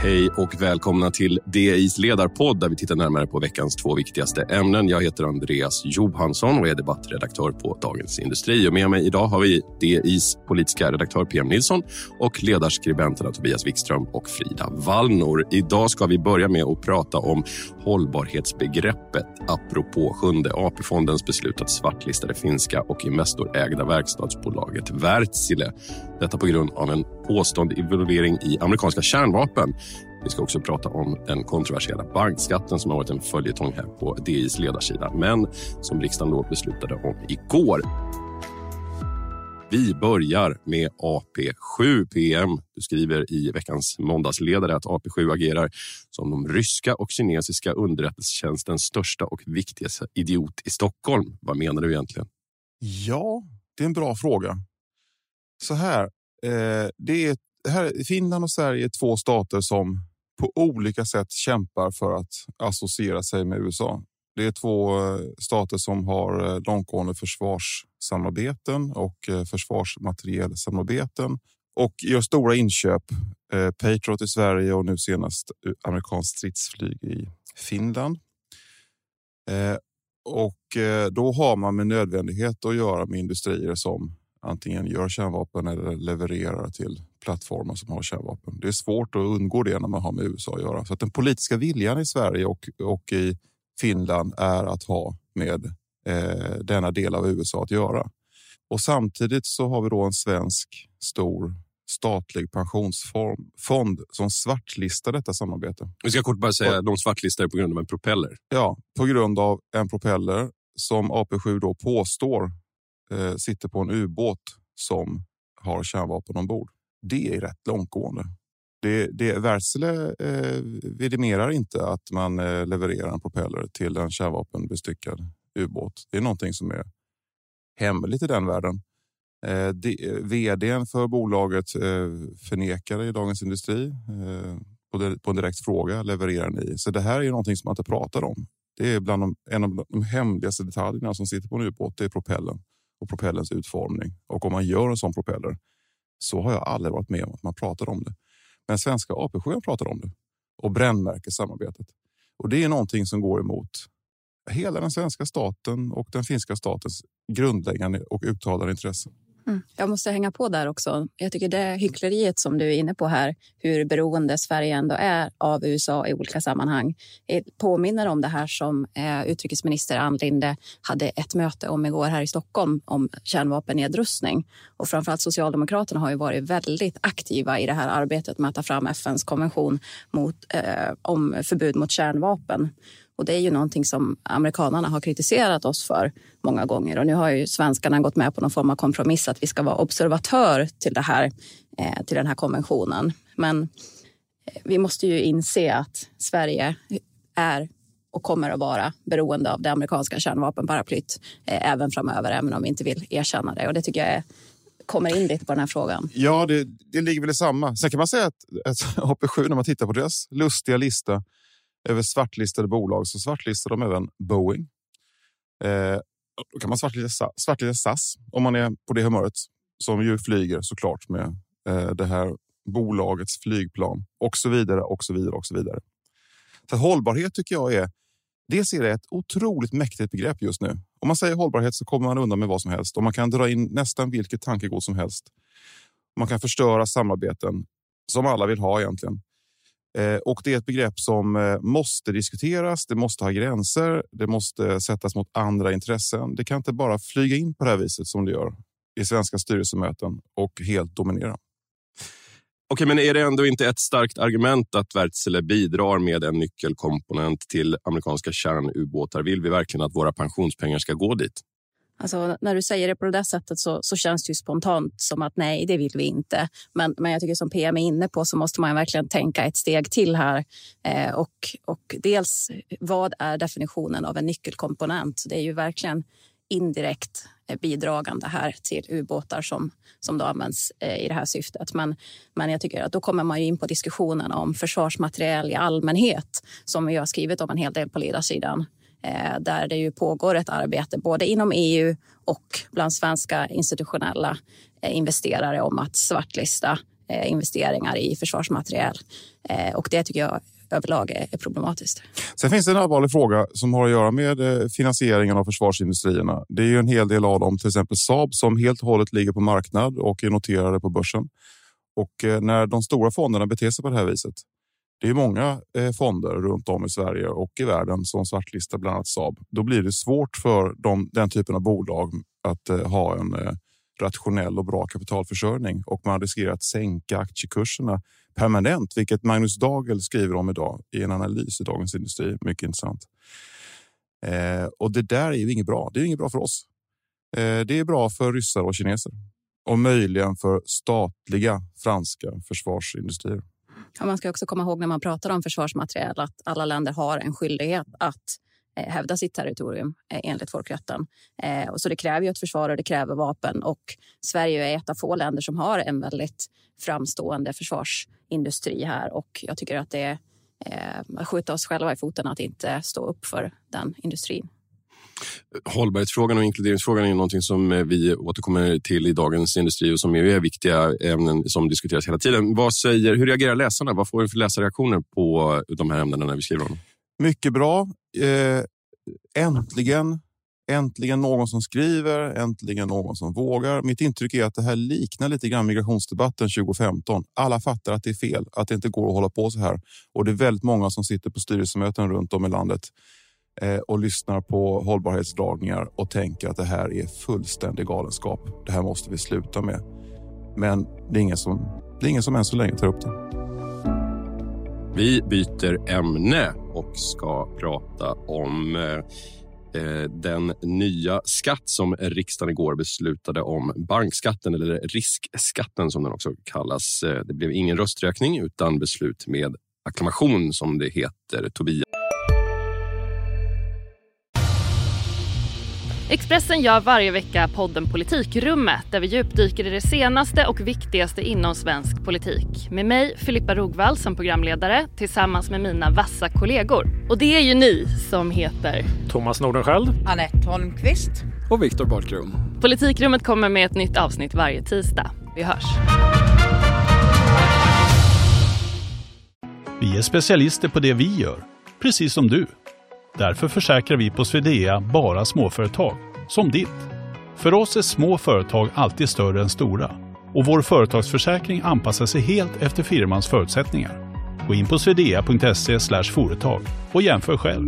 Hej och välkomna till DIs ledarpodd där vi tittar närmare på veckans 2 viktigaste ämnen. Jag heter Andreas Johansson och är debattredaktör på Dagens Industri. Och med mig idag har vi DIs politiska redaktör PM Nilsson och ledarskribenterna Tobias Wikström och Frida Wallnor. Idag ska vi börja med att prata om hållbarhetsbegreppet apropå Sjunde AP-fondens beslut att svartlista det finska och Investorägda verkstadsbolaget Wärtsilä. Detta på grund av en påstådd involvering i amerikanska kärnvapen. Vi ska också prata om den kontroversiella bankskatten som har varit en följetong här på DIs ledarsida, men som riksdagen då beslutade om igår. Vi börjar med AP7 PM. Du skriver i veckans måndagsledare att AP7 agerar som de ryska och kinesiska underrättelsetjänstens största och viktigaste idiot i Stockholm. Vad menar du egentligen? Ja, det är en bra fråga. Så här, Finland och Sverige är 2 stater som på olika sätt kämpar för att associera sig med USA. Det är 2 stater som har långtgående försvarssamarbeten och försvarsmaterielsamarbeten och gör stora inköp. Patriot i Sverige och nu senast amerikanskt stridsflyg i Finland. Och då har man med nödvändighet att göra med industrier som antingen gör kärnvapen eller levererar till plattformar som har kärnvapen. Det är svårt att undgå det när man har med USA att göra. Så att den politiska viljan i Sverige och i Finland är att ha med denna del av USA att göra. Och samtidigt så har vi då en svensk stor statlig pensionsfond som svartlistar detta samarbete. Vi ska kort bara säga att de svartlistar på grund av en propeller. Ja, på grund av en propeller som AP7 då påstår sitter på en ubåt som har kärnvapen ombord. Det är rätt långtgående. Wärtsilä vidimerar inte att man levererar en propeller till en kärnvapenbestyckad ubåt. Det är någonting som är hemligt i den världen. VD:n för bolaget förnekade i Dagens Industri på en direkt fråga, levererar ni? Så det här är någonting som man inte pratar om. Det är en av de hemligaste detaljerna som sitter på en ubåt, det är propellen och propellens utformning. Och om man gör en sån propeller så har jag aldrig varit med om att man pratar om det. Men svenska AP7 pratar om det och brännmärkessamarbetet. Och det är någonting som går emot hela den svenska staten och den finska statens grundläggande och uttalade intressen. Jag måste hänga på där också. Jag tycker det hyckleriet som du är inne på här, hur beroende Sverige ändå är av USA i olika sammanhang, påminner om det här som utrikesminister Ann Linde hade ett möte om igår här i Stockholm om kärnvapennedrustning. Och framförallt Socialdemokraterna har ju varit väldigt aktiva i det här arbetet med att ta fram FNs konvention om förbud mot kärnvapen. Och det är ju någonting som amerikanerna har kritiserat oss för många gånger. Och nu har ju svenskarna gått med på någon form av kompromiss att vi ska vara observatör till till den här konventionen. Men vi måste ju inse att Sverige är och kommer att vara beroende av det amerikanska kärnvapenparaplyt även framöver, även om vi inte vill erkänna det. Och det tycker jag kommer in lite på den här frågan. Ja, det ligger väl i samma. Sen kan man säga att AP7, när man tittar på deras lustiga lista över svartlistade bolag, så svartlistar de även Boeing. Då kan man svartlista SAS om man är på det humöret, som ju flyger såklart med det här bolagets flygplan och så vidare och så vidare och så vidare. Så hållbarhet tycker jag är ett otroligt mäktigt begrepp just nu. Om man säger hållbarhet så kommer man undan med vad som helst och man kan dra in nästan vilket tankegods som helst. Man kan förstöra samarbeten som alla vill ha egentligen. Och det är ett begrepp som måste diskuteras, det måste ha gränser, det måste sättas mot andra intressen. Det kan inte bara flyga in på det här viset som det gör i svenska styrelsemöten och helt dominera. Okej, men är det ändå inte ett starkt argument att Wärtsilä bidrar med en nyckelkomponent till amerikanska kärnubåtar? Vill vi verkligen att våra pensionspengar ska gå dit? Alltså, när du säger det på det där sättet så känns det ju spontant som att nej, det vill vi inte. Men jag tycker som PM är inne på så måste man verkligen tänka ett steg till här. Och dels, vad är definitionen av en nyckelkomponent? Det är ju verkligen indirekt bidragande här till ubåtar som då används i det här syftet. Men jag tycker att då kommer man ju in på diskussionen om försvarsmateriel i allmänhet som vi har skrivit om en hel del på ledarsidan. Där det ju pågår ett arbete både inom EU och bland svenska institutionella investerare om att svartlista investeringar i försvarsmateriel. Och det tycker jag överlag är problematiskt. Sen finns det en allvarlig fråga som har att göra med finansieringen av försvarsindustrierna. Det är ju en hel del av dem, till exempel Saab, som helt och hållet ligger på marknad och är noterade på börsen. Och när de stora fonderna beter sig på det här viset, det är många fonder runt om i Sverige och i världen som svartlistar bland annat Saab. Då blir det svårt för den typen av bolag att ha en rationell och bra kapitalförsörjning. Och man riskerar att sänka aktiekurserna permanent, vilket Magnus Dagel skriver om idag i en analys i Dagens Industri. Mycket intressant. Och det där är ju inget bra. Det är inget bra för oss. Det är bra för ryssar och kineser. Och möjligen för statliga franska försvarsindustrier. Ja, man ska också komma ihåg när man pratar om försvarsmateriel att alla länder har en skyldighet att hävda sitt territorium enligt folkrätten. Och så det kräver ju ett försvar och det kräver vapen. Och Sverige är ett av få länder som har en väldigt framstående försvarsindustri här. Och jag tycker att det är att skjuta oss själva i foten att inte stå upp för den industrin. Hållbarhetsfrågan och inkluderingsfrågan är någonting som vi återkommer till i Dagens Industri och som är viktiga ämnen som diskuteras hela tiden. Hur reagerar läsarna? Vad får vi för läsarreaktioner på de här ämnena när vi skriver om dem? Mycket bra. Äntligen någon som skriver, äntligen någon som vågar. Mitt intryck är att det här liknar lite grann migrationsdebatten 2015. Alla fattar att det är fel, att det inte går att hålla på så här. Och det är väldigt många som sitter på styrelsemöten runt om i landet och lyssnar på hållbarhetsdragningar och tänker att det här är fullständig galenskap. Det här måste vi sluta med. Men det är ingen som än så länge tar upp det. Vi byter ämne och ska prata om den nya skatt som riksdagen igår beslutade om. Bankskatten eller riskskatten som den också kallas. Det blev ingen rösträkning utan beslut med acklamation som det heter. Tobias. Expressen gör varje vecka podden Politikrummet där vi djupdyker i det senaste och viktigaste inom svensk politik. Med mig, Filippa Rogvall, som programledare tillsammans med mina vassa kollegor. Och det är ju ni som heter Thomas Nordenskjöld, Anette Holmqvist och Viktor Bartkron. Politikrummet kommer med ett nytt avsnitt varje tisdag. Vi hörs. Vi är specialister på det vi gör, precis som du. Därför försäkrar vi på Swedea bara småföretag, som ditt. För oss är små företag alltid större än stora. Och vår företagsförsäkring anpassar sig helt efter firmans förutsättningar. Gå in på swedea.se/företag och jämför själv.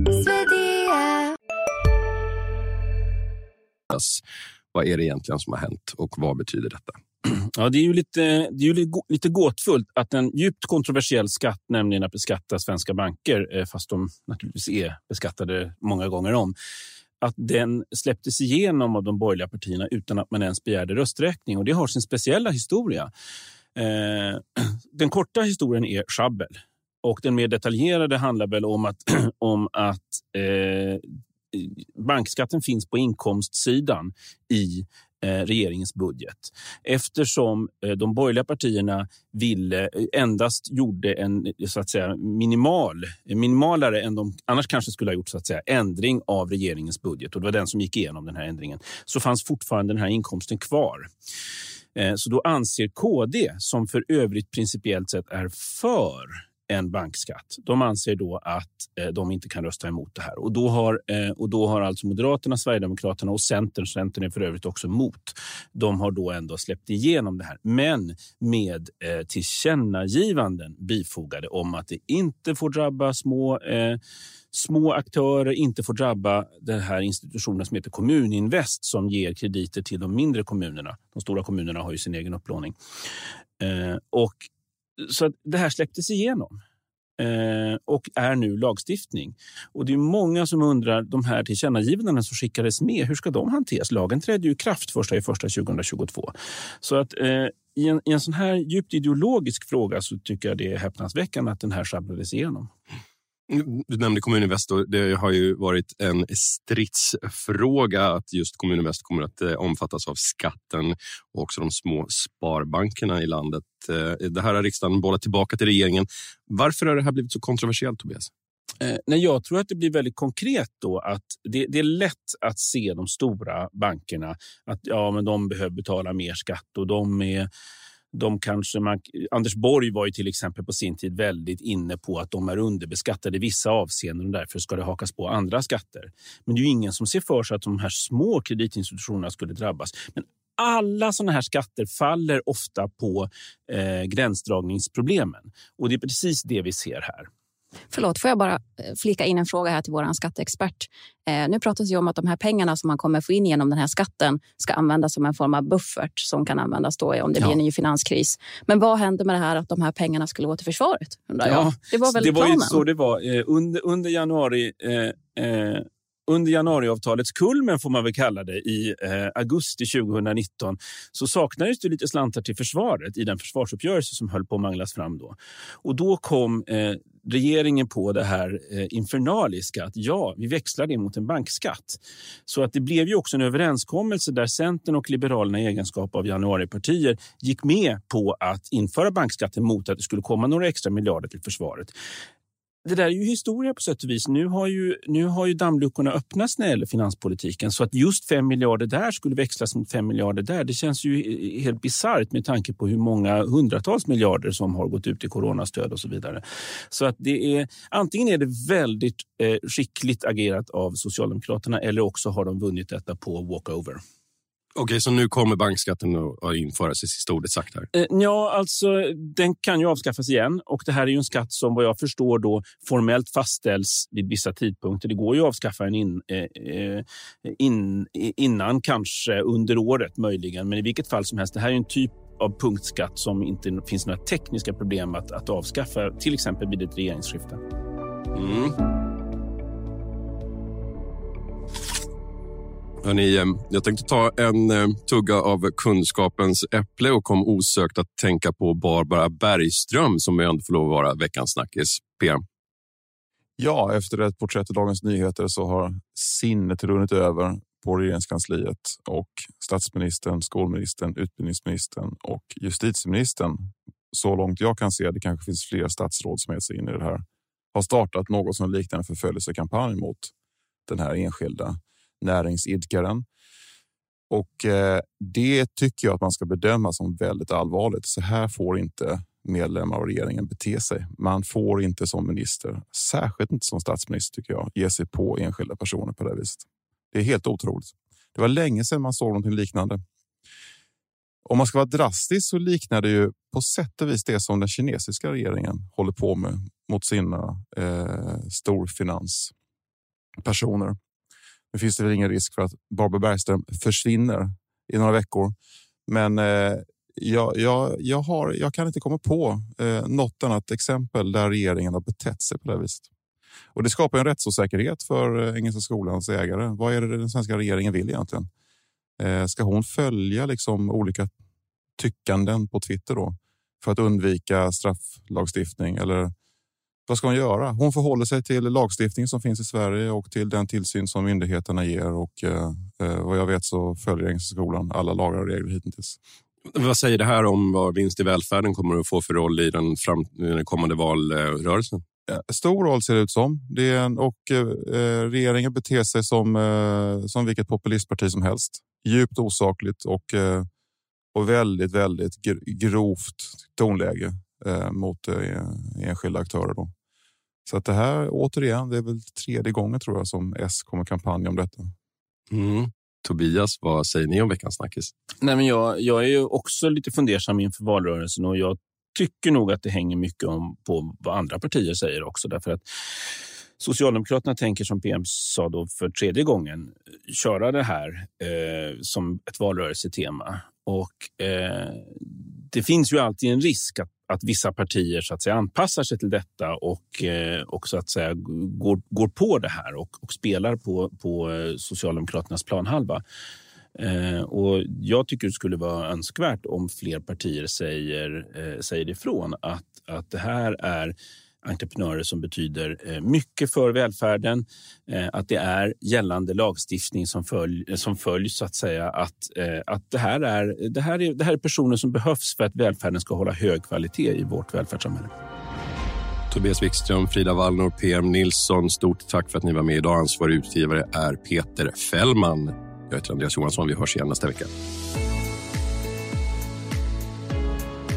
Vad är det egentligen som har hänt och vad betyder detta? Ja, det är ju lite gåtfullt att en djupt kontroversiell skatt, nämligen att beskatta svenska banker, fast de naturligtvis är beskattade många gånger om, att den släpptes igenom av de borgerliga partierna utan att man ens begärde rösträkning. Och det har sin speciella historia. Den korta historien är schabbel. Och den mer detaljerade handlar väl om att bankskatten finns på inkomstsidan i regeringens budget. Eftersom de borgerliga partierna gjorde en så att säga minimalare än de annars kanske skulle ha gjort så att säga ändring av regeringens budget, och det var den som gick igenom den här ändringen, så fanns fortfarande den här inkomsten kvar. Så då anser KD, som för övrigt principiellt sett är för en bankskatt, de anser då att de inte kan rösta emot det här. Och då har alltså Moderaterna, Sverigedemokraterna och Centern är för övrigt också emot. De har då ändå släppt igenom det här. Men med tillkännagivanden bifogade om att det inte får drabba små aktörer, inte får drabba den här institutionen som heter Kommuninvest som ger krediter till de mindre kommunerna. De stora kommunerna har ju sin egen upplåning. Så att det här släpptes igenom och är nu lagstiftning. Och det är många som undrar, de här tillkännagivandena som skickades med, hur ska de hanteras? Lagen trädde ju i kraft 1/1/2022. Så att i en sån här djupt ideologisk fråga så tycker jag det är häpnadsväckande att den här sjabblades igenom. Du nämnde Kommuninvest och det har ju varit en stridsfråga att just Kommuninvest kommer att omfattas av skatten och också de små sparbankerna i landet. Det här har riksdagen bollat tillbaka till regeringen. Varför har det här blivit så kontroversiellt, Tobias? Nej, jag tror att det blir väldigt konkret då att det är lätt att se de stora bankerna att men de behöver betala mer skatt och Anders Borg var ju till exempel på sin tid väldigt inne på att de är underbeskattade i vissa avseenden och därför ska det hakas på andra skatter. Men det är ju ingen som ser för sig att de här små kreditinstitutionerna skulle drabbas. Men alla sådana här skatter faller ofta på gränsdragningsproblemen. Och det är precis det vi ser här. Förlåt, får jag bara flika in en fråga här till vår skatteexpert. Nu pratas ju om att de här pengarna som man kommer få in genom den här skatten ska användas som en form av buffert som kan användas då om det blir en ny finanskris. Men vad händer med det här att de här pengarna skulle gå till försvaret? Undrar jag. Det var väl det planen? Var ju så det var. Under januariavtalets kulmen får man väl kalla det i augusti 2019 så saknades det lite slantar till försvaret i den försvarsuppgörelse som höll på att manglas fram då. Och då kom regeringen på det här infernaliska att vi växlar det mot en bankskatt. Så att det blev ju också en överenskommelse där Centern och Liberalerna i egenskap av januaripartier gick med på att införa bankskatten mot att det skulle komma några extra miljarder till försvaret. Det där är ju historia på sätt och vis. Nu har ju dammluckorna öppnats när det gäller finanspolitiken. Så att just 5 miljarder där skulle växlas mot 5 miljarder där. Det känns ju helt bisarrt med tanke på hur många hundratals miljarder som har gått ut i coronastöd och så vidare. Så att antingen är det väldigt skickligt agerat av Socialdemokraterna eller också har de vunnit detta på walkover. Okej, så nu kommer bankskatten att införas i sista ordet sagt här? Ja, alltså den kan ju avskaffas igen och det här är ju en skatt som vad jag förstår då formellt fastställs vid vissa tidpunkter. Det går ju att avskaffa den innan kanske under året möjligen, men i vilket fall som helst, det här är ju en typ av punktskatt som inte finns några tekniska problem att avskaffa, till exempel vid ett regeringsskifte. Hörrni, jag tänkte ta en tugga av kunskapens äpple och kom osökt att tänka på Barbara Bergström som ändå får lov att vara veckans snackis. PM. Ja, efter ett porträtt i Dagens Nyheter så har sinnet runnit över på regeringskansliet och statsministern, skolministern, utbildningsministern och justitieministern. Så långt jag kan se, det kanske finns fler statsråd som är sig in i det här, har startat något som liknar en förföljelsekampanj mot den här enskilda näringsidkaren. Och det tycker jag att man ska bedöma som väldigt allvarligt. Så här får inte medlemmar av regeringen bete sig. Man får inte som minister, särskilt inte som statsminister tycker jag, ge sig på enskilda personer på det viset. Det är helt otroligt. Det var länge sedan man såg någonting liknande. Om man ska vara drastisk så liknar det ju på sätt och vis det som den kinesiska regeringen håller på med mot sina storfinanspersoner. Nu finns det väl ingen risk för att Barbara Bergström försvinner i några veckor. Men jag kan inte komma på något annat exempel där regeringen har betett sig på det viset. Och det skapar en rättsosäkerhet för Engelska skolans ägare. Vad är det den svenska regeringen vill egentligen? Ska hon följa liksom olika tyckanden på Twitter då för att undvika strafflagstiftning eller vad ska hon göra? Hon förhåller sig till lagstiftningen som finns i Sverige och till den tillsyn som myndigheterna ger och vad jag vet så följer Engelska skolan alla lagar och regler hittills. Vad säger det här om vad vinst i välfärden kommer att få för roll i den kommande valrörelsen? Stor roll ser det ut som. Regeringen beter sig som vilket populistparti som helst. Djupt osakligt och väldigt, väldigt grovt tonläge mot enskilda aktörer då. Så att det här återigen, det är väl 3:e gången tror jag som S kommer kampanja om detta. Tobias, vad säger ni om veckans snackis? Nej, men jag är ju också lite fundersam inför valrörelsen och jag tycker nog att det hänger mycket på vad andra partier säger också. Därför att Socialdemokraterna tänker som PM sa då för 3:e gången köra det här som ett valrörelsetema. Och det finns ju alltid en risk att vissa partier så att säga anpassar sig till detta och så att säga går på det här och spelar på Socialdemokraternas planhalva. Och jag tycker det skulle vara önskvärt om fler partier säger ifrån att det här är entreprenörer som betyder mycket för välfärden, att det är gällande lagstiftning som följs så att säga, att det här är personer som behövs för att välfärden ska hålla hög kvalitet i vårt välfärdssamhälle. Tobias Wikström, Frida Wallnor, PM Nilsson, stort tack för att ni var med idag. Ansvarig utgivare är Peter Fällman. Jag heter Andreas Johansson, vi hörs igen nästa vecka.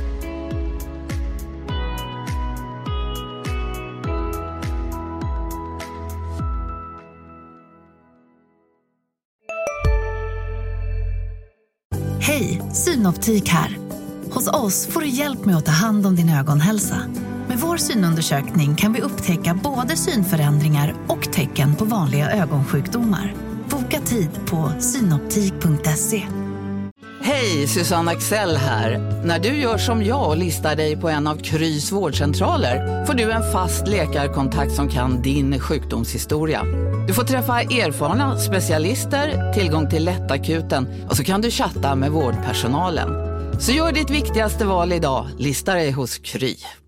Hej, Synoptik här. Hos oss får du hjälp med att ta hand om din ögonhälsa. Med vår synundersökning kan vi upptäcka både synförändringar och tecken på vanliga ögonsjukdomar. Boka tid på synoptik.se. Hej, Susanne Axel här. När du gör som jag och listar dig på en av Krys vårdcentraler får du en fast läkarkontakt som kan din sjukdomshistoria. Du får träffa erfarna specialister, tillgång till lättakuten och så kan du chatta med vårdpersonalen. Så gör ditt viktigaste val idag, listar dig hos Kry.